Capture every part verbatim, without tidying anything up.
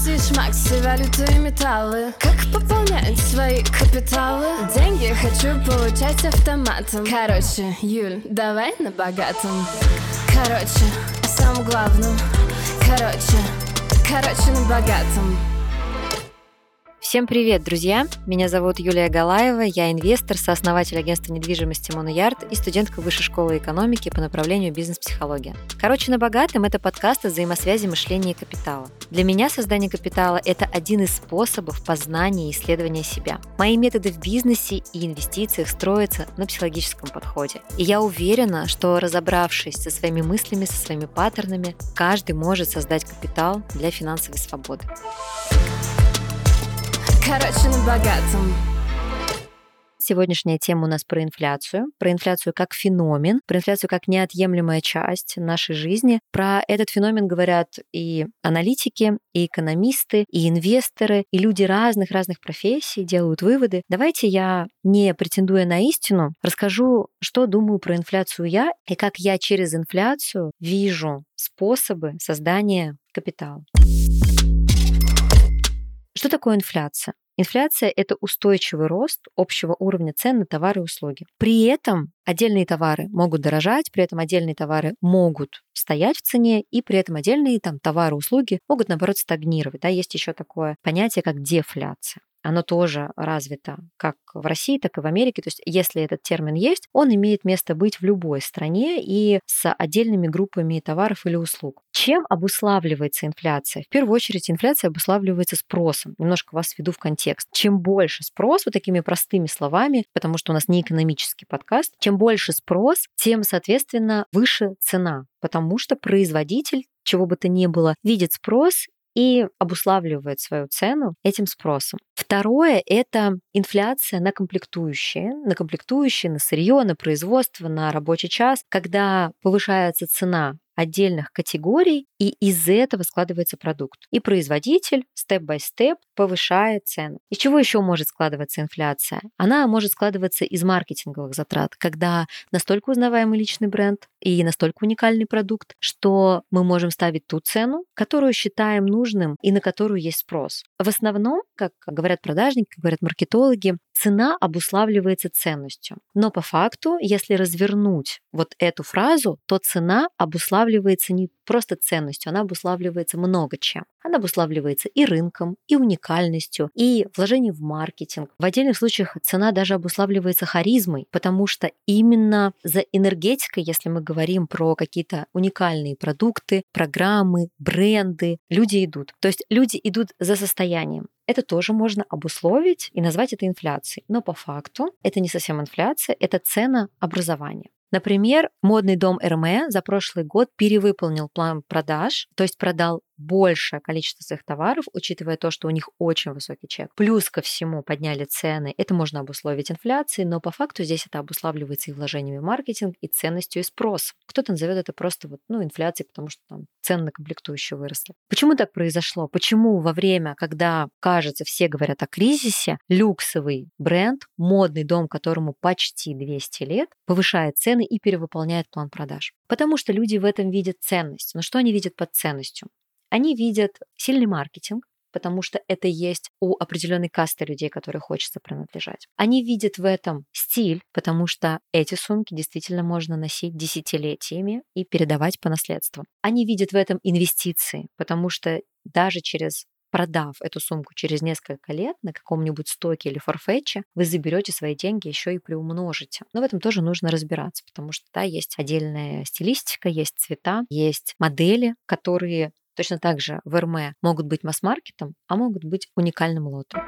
Акции, шмакси, валюты и металлы. Как пополнять свои капиталы? Деньги хочу получать автоматом. Короче, Юль, давай на богатом. Короче, о самом главном. Короче, короче, на богатом. Всем привет, друзья! Меня зовут Юлия Галаева, я инвестор, сооснователь агентства недвижимости Моноярд и студентка Высшей школы экономики по направлению бизнес-психология. Короче, на богатом – это подкаст о взаимосвязи мышления и капитала. Для меня создание капитала – это один из способов познания и исследования себя. Мои методы в бизнесе и инвестициях строятся на психологическом подходе. И я уверена, что, разобравшись со своими мыслями, со своими паттернами, каждый может создать капитал для финансовой свободы. Короче, на богатом. Сегодняшняя тема у нас про инфляцию, про инфляцию как феномен, про инфляцию как неотъемлемая часть нашей жизни. Про этот феномен говорят и аналитики, и экономисты, и инвесторы, и люди разных-разных профессий делают выводы. Давайте я, не претендуя на истину, расскажу, что думаю про инфляцию я и как я через инфляцию вижу способы создания капитала. Что такое инфляция? Инфляция – это устойчивый рост общего уровня цен на товары и услуги. При этом отдельные товары могут дорожать, при этом отдельные товары могут стоять в цене, и при этом отдельные там, товары и услуги могут, наоборот, стагнировать. Да, есть еще такое понятие, как дефляция. Оно тоже развито как в России, так и в Америке. То есть если этот термин есть, он имеет место быть в любой стране и с отдельными группами товаров или услуг. Чем обуславливается инфляция? В первую очередь инфляция обуславливается спросом. Немножко вас введу в контекст. Чем больше спрос, вот такими простыми словами, потому что у нас не экономический подкаст, чем больше спрос, тем, соответственно, выше цена, потому что производитель, чего бы то ни было, видит спрос и обуславливает свою цену этим спросом. Второе – это инфляция на комплектующие, на комплектующие, на сырье, на производство, на рабочий час, когда повышается цена отдельных категорий, и из этого складывается продукт. И производитель степ-бай-степ повышает цену. Из чего еще может складываться инфляция? Она может складываться из маркетинговых затрат, когда настолько узнаваемый личный бренд и настолько уникальный продукт, что мы можем ставить ту цену, которую считаем нужным и на которую есть спрос. В основном, как говорят продажники, как говорят маркетологи, цена обуславливается ценностью. Но по факту, если развернуть вот эту фразу, то цена обуславливается не просто ценностью, она обуславливается много чем. Она обуславливается и рынком, и уникальностью, и вложением в маркетинг. В отдельных случаях цена даже обуславливается харизмой, потому что именно за энергетикой, если мы говорим про какие-то уникальные продукты, программы, бренды, люди идут. То есть люди идут за состоянием. Это тоже можно обусловить и назвать это инфляцией. Но по факту это не совсем инфляция, это ценообразование. Например, модный дом Hermès за прошлый год перевыполнил план продаж, то есть продал большее количество своих товаров, учитывая то, что у них очень высокий чек. Плюс ко всему подняли цены. Это можно обусловить инфляцией, но по факту здесь это обуславливается и вложениями в маркетинг, и ценностью, и спросом. Кто-то назовет это просто вот, ну, инфляцией, потому что там цены на комплектующие выросли. Почему так произошло? Почему во время, когда, кажется, все говорят о кризисе, люксовый бренд, модный дом, которому почти двести лет, повышает цены и перевыполняет план продаж? Потому что люди в этом видят ценность. Но что они видят под ценностью? Они видят сильный маркетинг, потому что это есть у определенной касты людей, которые хочется принадлежать. Они видят в этом стиль, потому что эти сумки действительно можно носить десятилетиями и передавать по наследству. Они видят в этом инвестиции, потому что даже через продав эту сумку через несколько лет на каком-нибудь стоке или форфетче, вы заберете свои деньги еще и приумножите. Но в этом тоже нужно разбираться, потому что да, есть отдельная стилистика, есть цвета, есть модели, которые точно так же в Hermès могут быть масс-маркетом, а могут быть уникальным лотом.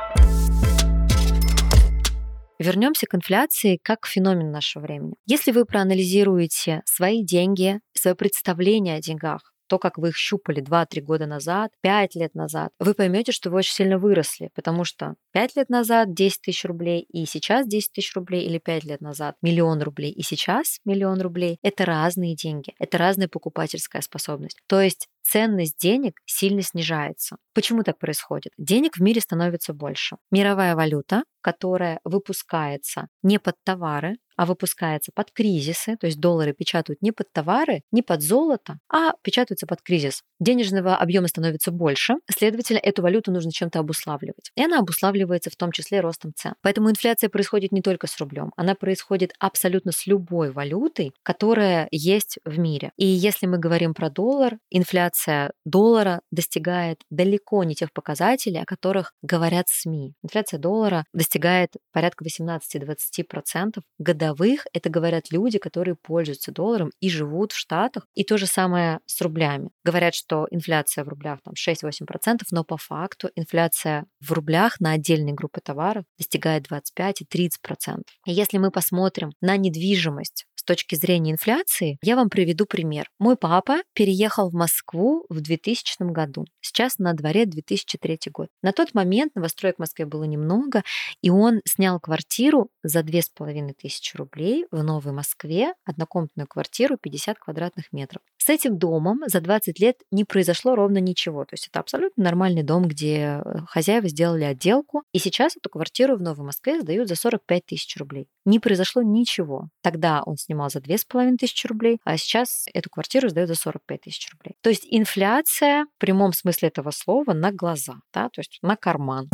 Вернемся к инфляции как к феномену нашего времени. Если вы проанализируете свои деньги, свое представление о деньгах, то, как вы их щупали два-три года назад, пять лет назад, вы поймете, что вы очень сильно выросли, потому что пять лет назад десять тысяч рублей и сейчас десять тысяч рублей, или пять лет назад миллион рублей и сейчас миллион рублей — это разные деньги, это разная покупательская способность. То есть ценность денег сильно снижается. Почему так происходит? Денег в мире становится больше. Мировая валюта, которая выпускается не под товары, а выпускается под кризисы, то есть доллары печатают не под товары, не под золото, а печатаются под кризис. Денежного объема становится больше, следовательно, эту валюту нужно чем-то обуславливать. И она обуславливается в том числе ростом цен. Поэтому инфляция происходит не только с рублем, она происходит абсолютно с любой валютой, которая есть в мире. И если мы говорим про доллар, инфляция доллара достигает далеко не тех показателей, о которых говорят СМИ. Инфляция доллара достигает порядка восемнадцать-двадцать процентов годовых. Это говорят люди, которые пользуются долларом и живут в Штатах. И то же самое с рублями. Говорят, что инфляция в рублях там шесть-восемь процентов, но по факту инфляция в рублях на отдельные группы товаров достигает двадцать пять и тридцать процентов. И если мы посмотрим на недвижимость с точки зрения инфляции, я вам приведу пример. Мой папа переехал в Москву в двухтысячном году. Сейчас на дворе две тысячи третий год. На тот момент новостроек в Москве было немного, и он снял квартиру за две с половиной тысячи рублей в Новой Москве, однокомнатную квартиру пятьдесят квадратных метров. С этим домом за двадцать лет не произошло ровно ничего. То есть это абсолютно нормальный дом, где хозяева сделали отделку, и сейчас эту квартиру в Новой Москве сдают за сорок пять тысяч рублей. Не произошло ничего. Тогда он снимал за две с половиной тысячи рублей, а сейчас эту квартиру сдают за сорок пять тысяч рублей. То есть инфляция в прямом смысле этого слова на глаза, да, то есть на карман.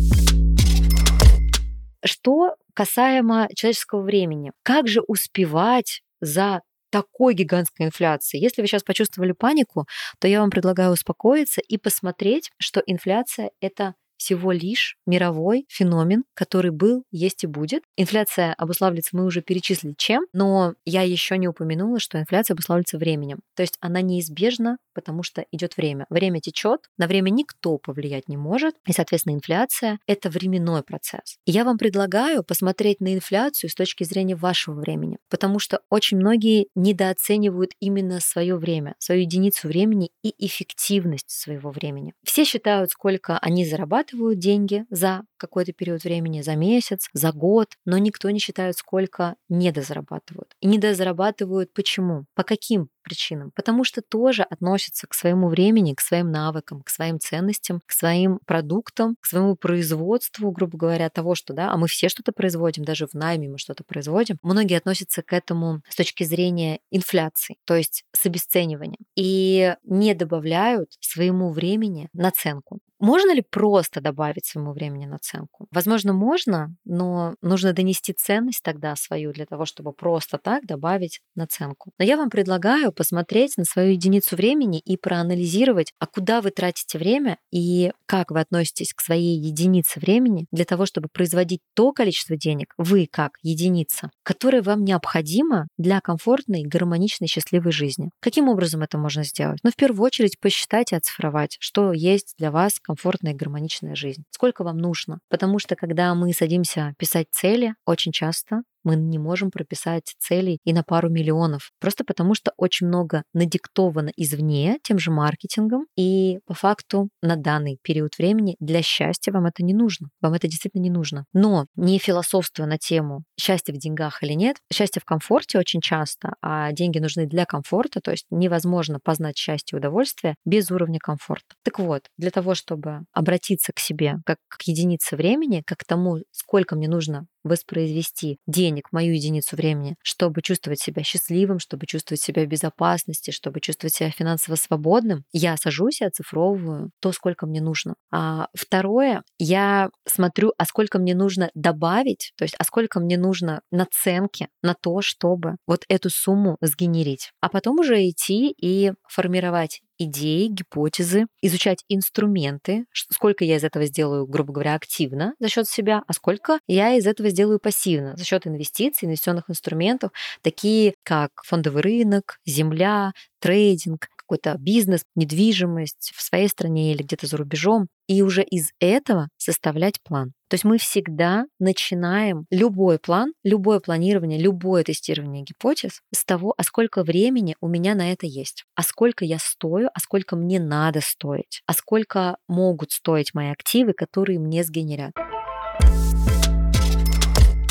Что касаемо человеческого времени, как же успевать за такой гигантской инфляции? Если вы сейчас почувствовали панику, то я вам предлагаю успокоиться и посмотреть, что инфляция — это всего лишь мировой феномен, который был, есть и будет. Инфляция обуславливается, мы уже перечислили чем, но я еще не упомянула, что инфляция обуславливается временем. То есть она неизбежна, потому что идет время. Время течет, на время никто повлиять не может, и, соответственно, инфляция — это временной процесс. И я вам предлагаю посмотреть на инфляцию с точки зрения вашего времени, потому что очень многие недооценивают именно свое время, свою единицу времени и эффективность своего времени. Все считают, сколько они зарабатывают, деньги за какой-то период времени, за месяц, за год, но никто не считает, сколько недозарабатывают. И недозарабатывают почему? По каким причинам? Потому что тоже относятся к своему времени, к своим навыкам, к своим ценностям, к своим продуктам, к своему производству, грубо говоря, того, что, да, а мы все что-то производим, даже в найме мы что-то производим. Многие относятся к этому с точки зрения инфляции, то есть с обесцениванием, и не добавляют своему времени наценку. Можно ли просто добавить своему времени наценку? Возможно, можно, но нужно донести ценность тогда свою для того, чтобы просто так добавить наценку. Но я вам предлагаю посмотреть на свою единицу времени и проанализировать, а куда вы тратите время и как вы относитесь к своей единице времени для того, чтобы производить то количество денег, вы как единица, которое вам необходимо для комфортной, гармоничной, счастливой жизни. Каким образом это можно сделать? Ну, в первую очередь, посчитать и оцифровать, что есть для вас комфортная и гармоничная жизнь. Сколько вам нужно? Потому что, когда мы садимся писать цели, очень часто мы не можем прописать целей и на пару миллионов. Просто потому, что очень много надиктовано извне тем же маркетингом, и по факту на данный период времени для счастья вам это не нужно. Вам это действительно не нужно. Но не философствуя на тему счастья в деньгах или нет, счастье в комфорте очень часто, а деньги нужны для комфорта, то есть невозможно познать счастье и удовольствие без уровня комфорта. Так вот, для того, чтобы обратиться к себе как к единице времени, как к тому, сколько мне нужно воспроизвести денег в мою единицу времени, чтобы чувствовать себя счастливым, чтобы чувствовать себя в безопасности, чтобы чувствовать себя финансово свободным, я сажусь и оцифровываю то, сколько мне нужно. А второе, я смотрю, а сколько мне нужно добавить, то есть а сколько мне нужно наценки на то, чтобы вот эту сумму сгенерить. А потом уже идти и формировать идеи, гипотезы, изучать инструменты, сколько я из этого сделаю, грубо говоря, активно за счет себя, а сколько я из этого сделаю пассивно за счет инвестиций, инвестиционных инструментов, такие как фондовый рынок, земля, трейдинг, какой-то бизнес, недвижимость в своей стране или где-то за рубежом, и уже из этого составлять план. То есть мы всегда начинаем любой план, любое планирование, любое тестирование гипотез с того, а сколько времени у меня на это есть, а сколько я стою, а сколько мне надо стоить, а сколько могут стоить мои активы, которые мне сгенерят.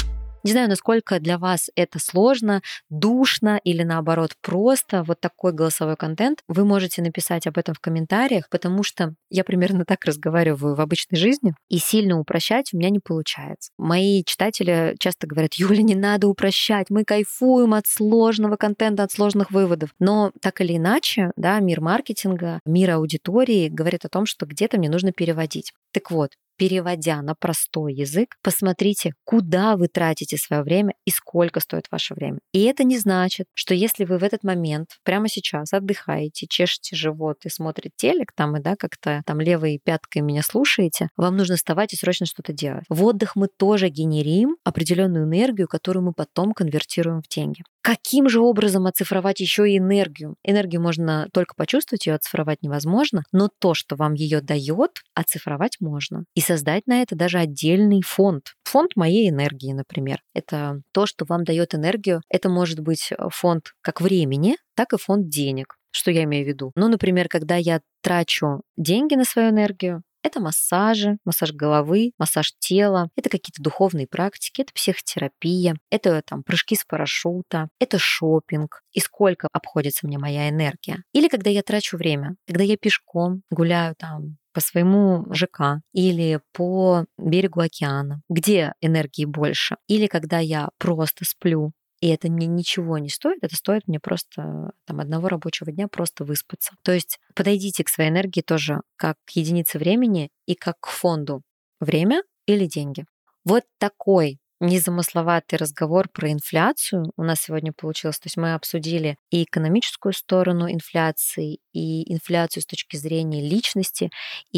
Не знаю, насколько для вас это сложно, душно или наоборот просто вот такой голосовой контент. Вы можете написать об этом в комментариях, потому что я примерно так разговариваю в обычной жизни, и сильно упрощать у меня не получается. Мои читатели часто говорят: Юля, не надо упрощать, мы кайфуем от сложного контента, от сложных выводов. Но так или иначе, да, мир маркетинга, мир аудитории говорит о том, что где-то мне нужно переводить. Так вот, переводя на простой язык, посмотрите, куда вы тратите свое время и сколько стоит ваше время. И это не значит, что если вы в этот момент, прямо сейчас отдыхаете, чешете живот и смотрите телек там, и да, как-то там левой пяткой меня слушаете, вам нужно вставать и срочно что-то делать. В отдых мы тоже генерим определенную энергию, которую мы потом конвертируем в деньги. Каким же образом оцифровать еще и энергию? Энергию можно только почувствовать, ее оцифровать невозможно, но то, что вам ее дает, оцифровать можно. И создать на это даже отдельный фонд. Фонд моей энергии, например. Это то, что вам дает энергию. Это может быть фонд как времени, так и фонд денег. Что я имею в виду? Ну, например, когда я трачу деньги на свою энергию, это массажи, массаж головы, массаж тела, это какие-то духовные практики, это психотерапия, это там прыжки с парашюта, это шопинг. И сколько обходится мне моя энергия. Или когда я трачу время, когда я пешком гуляю там по своему ЖК или по берегу океана, где энергии больше. Или когда я просто сплю, и это мне ничего не стоит, это стоит мне просто там, одного рабочего дня просто выспаться. То есть подойдите к своей энергии тоже как к единице времени и как к фонду. Время или деньги. Вот такой незамысловатый разговор про инфляцию у нас сегодня получился. То есть мы обсудили и экономическую сторону инфляции, и инфляцию с точки зрения личности,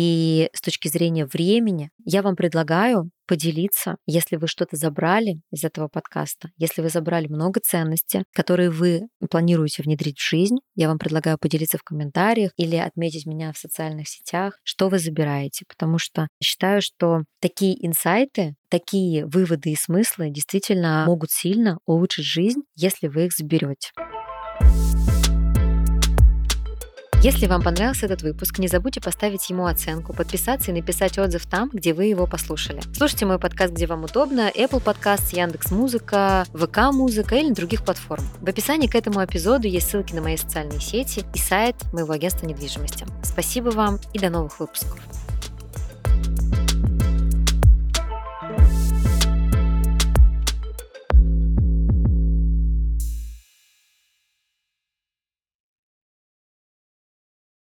и с точки зрения времени. Я вам предлагаю поделиться, если вы что-то забрали из этого подкаста, если вы забрали много ценностей, которые вы планируете внедрить в жизнь, я вам предлагаю поделиться в комментариях или отметить меня в социальных сетях, что вы забираете, потому что считаю, что такие инсайты, такие выводы и смыслы действительно могут сильно улучшить жизнь, если вы их заберете. Если вам понравился этот выпуск, не забудьте поставить ему оценку, подписаться и написать отзыв там, где вы его послушали. Слушайте мой подкаст, где вам удобно: Apple Podcasts, Яндекс.Музыка, ВК-музыка или на других платформах. В описании к этому эпизоду есть ссылки на мои социальные сети и сайт моего агентства недвижимости. Спасибо вам и до новых выпусков.